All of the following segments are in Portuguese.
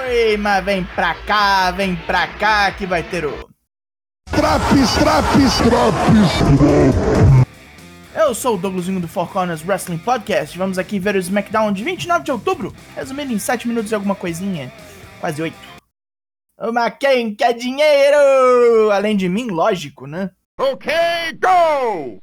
Ei, mas vem pra cá que vai ter o... Traps. Eu sou o Douglasinho do Four Corners Wrestling Podcast. Vamos aqui ver o SmackDown de 29 de outubro, resumindo em 7 minutos e alguma coisinha, quase 8. Mas quem quer dinheiro? Além de mim, lógico, né? Ok, go!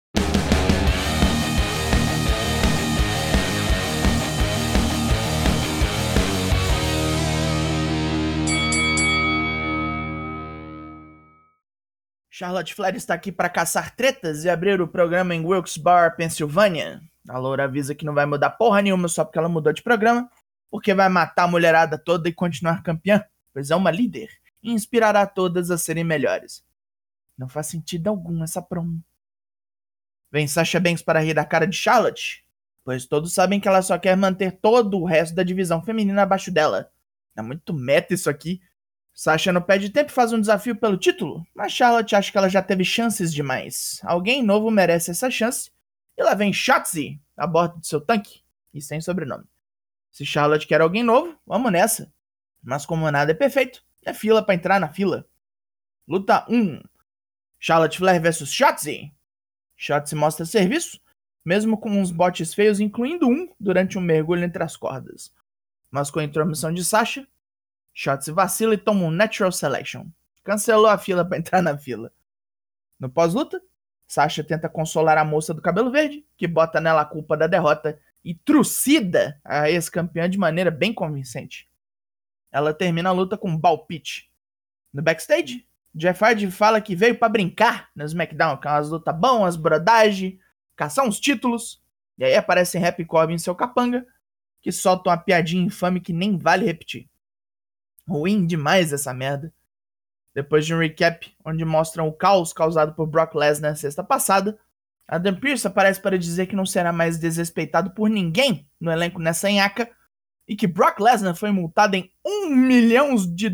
Charlotte Flair está aqui para caçar tretas e abrir o programa em Wilkes-Barre, Pensilvânia. A loura avisa que não vai mudar porra nenhuma só porque ela mudou de programa, porque vai matar a mulherada toda e continuar campeã, pois é uma líder e inspirará todas a serem melhores. Não faz sentido algum essa promo. Vem Sasha Banks para rir da cara de Charlotte, pois todos sabem que ela só quer manter todo o resto da divisão feminina abaixo dela. É muito meta isso aqui. Sasha não perde tempo e faz um desafio pelo título, mas Charlotte acha que ela já teve chances demais. Alguém novo merece essa chance, e lá vem Shotzi, a bordo de seu tanque, e sem sobrenome. Se Charlotte quer alguém novo, vamos nessa. Mas como nada é perfeito, é fila pra entrar na fila. Luta 1. Charlotte Flair vs Shotzi. Shotzi mostra serviço, mesmo com uns botes feios, incluindo um durante um mergulho entre as cordas. Mas com a intromissão de Sasha, Shotzi vacila e toma um Natural Selection. Cancelou a fila pra entrar na fila. No pós-luta, Sasha tenta consolar a moça do cabelo verde, que bota nela a culpa da derrota e trucida a ex-campeã de maneira bem convincente. Ela termina a luta com um ball pitch. No backstage, Jeff Hardy fala que veio pra brincar no SmackDown, com umas lutas boas, brodagem, caçar uns títulos. E aí aparece Happy Corbin em seu capanga, que solta uma piadinha infame que nem vale repetir. Ruim demais essa merda. Depois de um recap onde mostram o caos causado por Brock Lesnar na sexta passada, Adam Pearce aparece para dizer que não será mais desrespeitado por ninguém no elenco nessa nhaca e que Brock Lesnar foi multado em $1 milhão.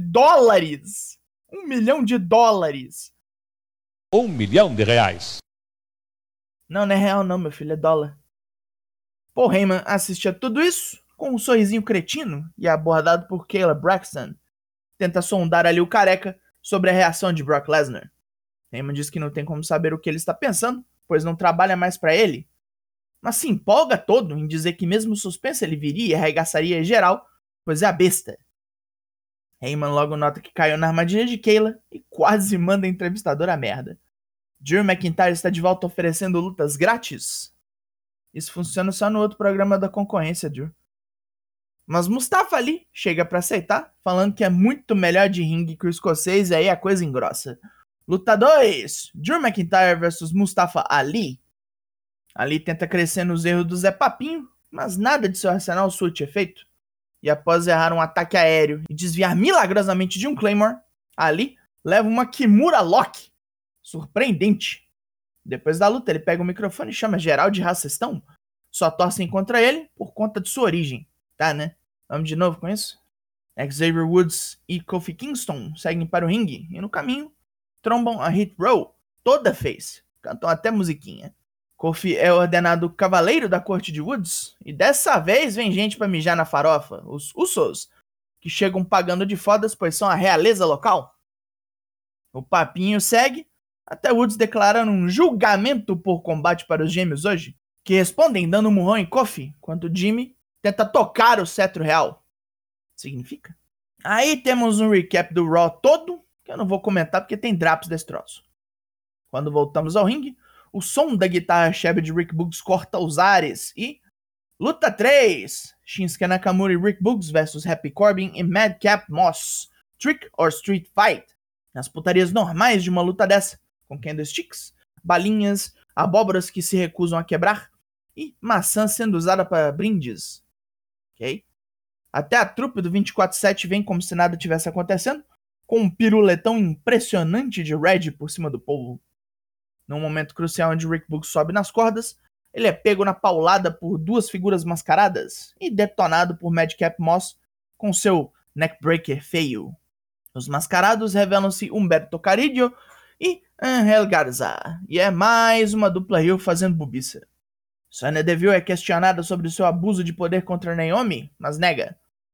$1 milhão. $1 milhão. Não é real não, meu filho, é dólar. Paul Heyman assiste a tudo isso com um sorrisinho cretino e é abordado por Kayla Braxton. Tenta sondar ali o careca sobre a reação de Brock Lesnar. Heyman diz que não tem como saber o que ele está pensando, pois não trabalha mais para ele, mas se empolga todo em dizer que mesmo suspenso ele viria e arregaçaria geral, pois é a besta. Heyman logo nota que caiu na armadilha de Kayla e quase manda a entrevistadora a merda. Drew McIntyre está de volta oferecendo lutas grátis? Isso funciona só no outro programa da concorrência, Drew. Mas Mustafa Ali chega pra aceitar, falando que é muito melhor de ringue que o escocês e aí a coisa engrossa. Luta 2, Drew McIntyre vs Mustafa Ali. Ali tenta crescer nos erros do Zé Papinho, mas nada de seu arsenal surte efeito. E após errar um ataque aéreo e desviar milagrosamente de um Claymore, Ali leva uma Kimura Lock. Surpreendente. Depois da luta ele pega o microfone e chama geral de racistão. Só torcem contra ele por conta de sua origem. Tá, né? Vamos de novo com isso? Xavier Woods e Kofi Kingston seguem para o ringue e no caminho trombam a Hit Row, toda face. Cantam até musiquinha. Kofi é ordenado cavaleiro da corte de Woods e dessa vez vem gente pra mijar na farofa, os Usos, que chegam pagando de fodas pois são a realeza local. O papinho segue até Woods declarando um julgamento por combate para os gêmeos hoje, que respondem dando um murrão em Kofi, enquanto Jimmy tenta tocar o cetro real. Significa? Aí temos um recap do Raw todo, que eu não vou comentar porque tem drops desse troço. Quando voltamos ao ringue, o som da guitarra Shabby de Rick Boogs corta os ares e... Luta 3! Shinsuke Nakamura e Rick Boogs vs Happy Corbin e Madcap Moss. Trick or Street Fight. Nas putarias normais de uma luta dessa, com candlesticks, balinhas, abóboras que se recusam a quebrar e maçã sendo usada para brindes. Ok? Até a trupe do 24/7 vem como se nada tivesse acontecendo, com um piruletão impressionante de Red por cima do povo. Num momento crucial onde Rick Boogs sobe nas cordas, ele é pego na paulada por duas figuras mascaradas e detonado por Madcap Moss com seu neckbreaker feio. Os mascarados revelam-se Humberto Carrillo e Angel Garza, e é mais uma dupla heel fazendo bobiça. Sonya Deville é questionada sobre seu abuso de poder contra Naomi, mas nega.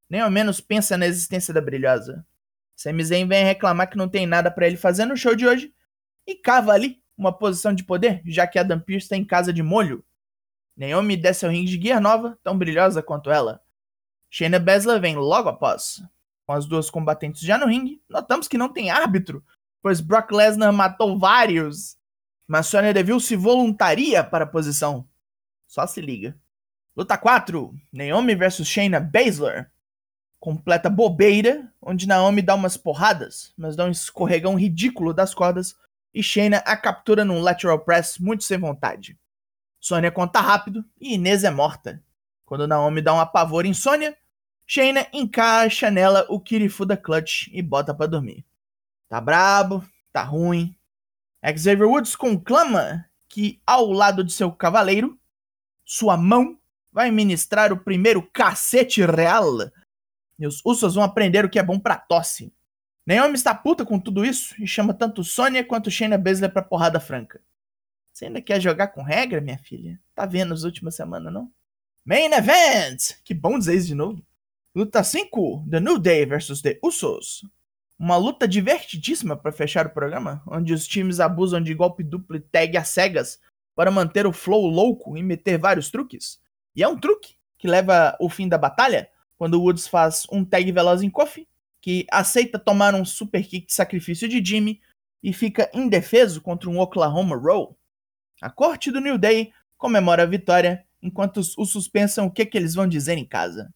nem ao menos pensa na existência da brilhosa. Sami Zayn vem reclamar que não tem nada pra ele fazer no show de hoje e cava ali uma posição de poder, já que Adam Pearce está em casa de molho. Naomi desce ao ringue de guia nova, tão brilhosa quanto ela. Shayna Baszler vem logo após. Com as duas combatentes já no ringue, notamos que não tem árbitro, pois Brock Lesnar matou vários. Mas Sonya Deville se voluntaria para a posição. Só se liga. Luta 4, Naomi vs Shayna Baszler. Completa bobeira, onde Naomi dá umas porradas, mas dá um escorregão ridículo das cordas e Shayna a captura num lateral press muito sem vontade. Sonya conta rápido e Inês é morta. Quando Naomi dá um apavoro em Sonya, Shayna encaixa nela o Kirifuda Clutch e bota pra dormir. Tá brabo, tá ruim. Xavier Woods conclama que ao lado de seu cavaleiro, sua mão vai ministrar o primeiro cacete real. E os Usos vão aprender o que é bom pra tosse. Naomi está puta com tudo isso e chama tanto Sonya quanto Shayna Baszler pra porrada franca. Você ainda quer jogar com regra, minha filha? Tá vendo as últimas semanas, não? Main Event! Que bom dizer isso de novo. Luta 5, The New Day vs The Usos. Uma luta divertidíssima para fechar o programa, onde os times abusam de golpe duplo e tag às cegas para manter o flow louco e meter vários truques. E é um truque que leva o fim da batalha, quando o Woods faz um tag veloz em Kofi, que aceita tomar um super kick de sacrifício de Jimmy e fica indefeso contra um Oklahoma Roll. A corte do New Day comemora a vitória, enquanto os Usos pensam o que eles vão dizer em casa.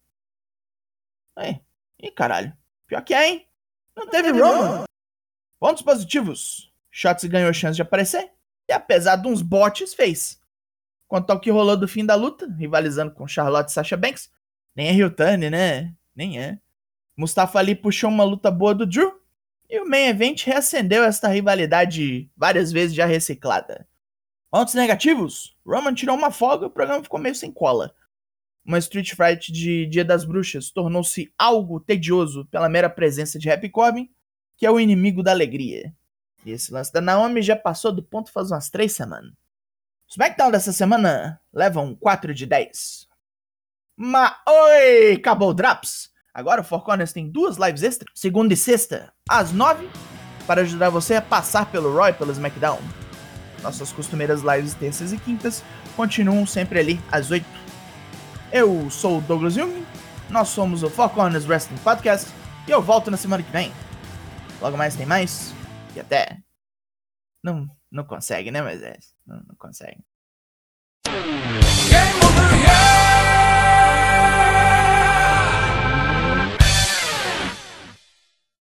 Ih, caralho. Pior que é, hein? Não teve Roman. Pontos positivos. Shotzi ganhou chance de aparecer e, apesar de uns botes, fez. Quanto ao que rolou do fim da luta, rivalizando com Charlotte e Sasha Banks, nem é heel turn, né? Nem é. Mustafa Ali puxou uma luta boa do Drew e o Main Event reacendeu esta rivalidade várias vezes já reciclada. Pontos negativos. Roman tirou uma folga e o programa ficou meio sem cola. Uma Street Fight de Dia das Bruxas tornou-se algo tedioso pela mera presença de Happy Corbin, que é o inimigo da alegria. E esse lance da Naomi já passou do ponto faz umas 3 semanas. O SmackDown dessa semana leva um 4 de 10. Mas oi, acabou o Drops. Agora o Four Corners tem 2 lives extra, segunda e sexta, às 9, para ajudar você a passar pelo Raw e pelo SmackDown. Nossas costumeiras lives terças e quintas continuam sempre ali às 8. Eu sou o Douglas Jung, nós somos o Four Corners Wrestling Podcast e eu volto na semana que vem. Logo mais tem mais e até. Não consegue, né, Moisés? Não consegue.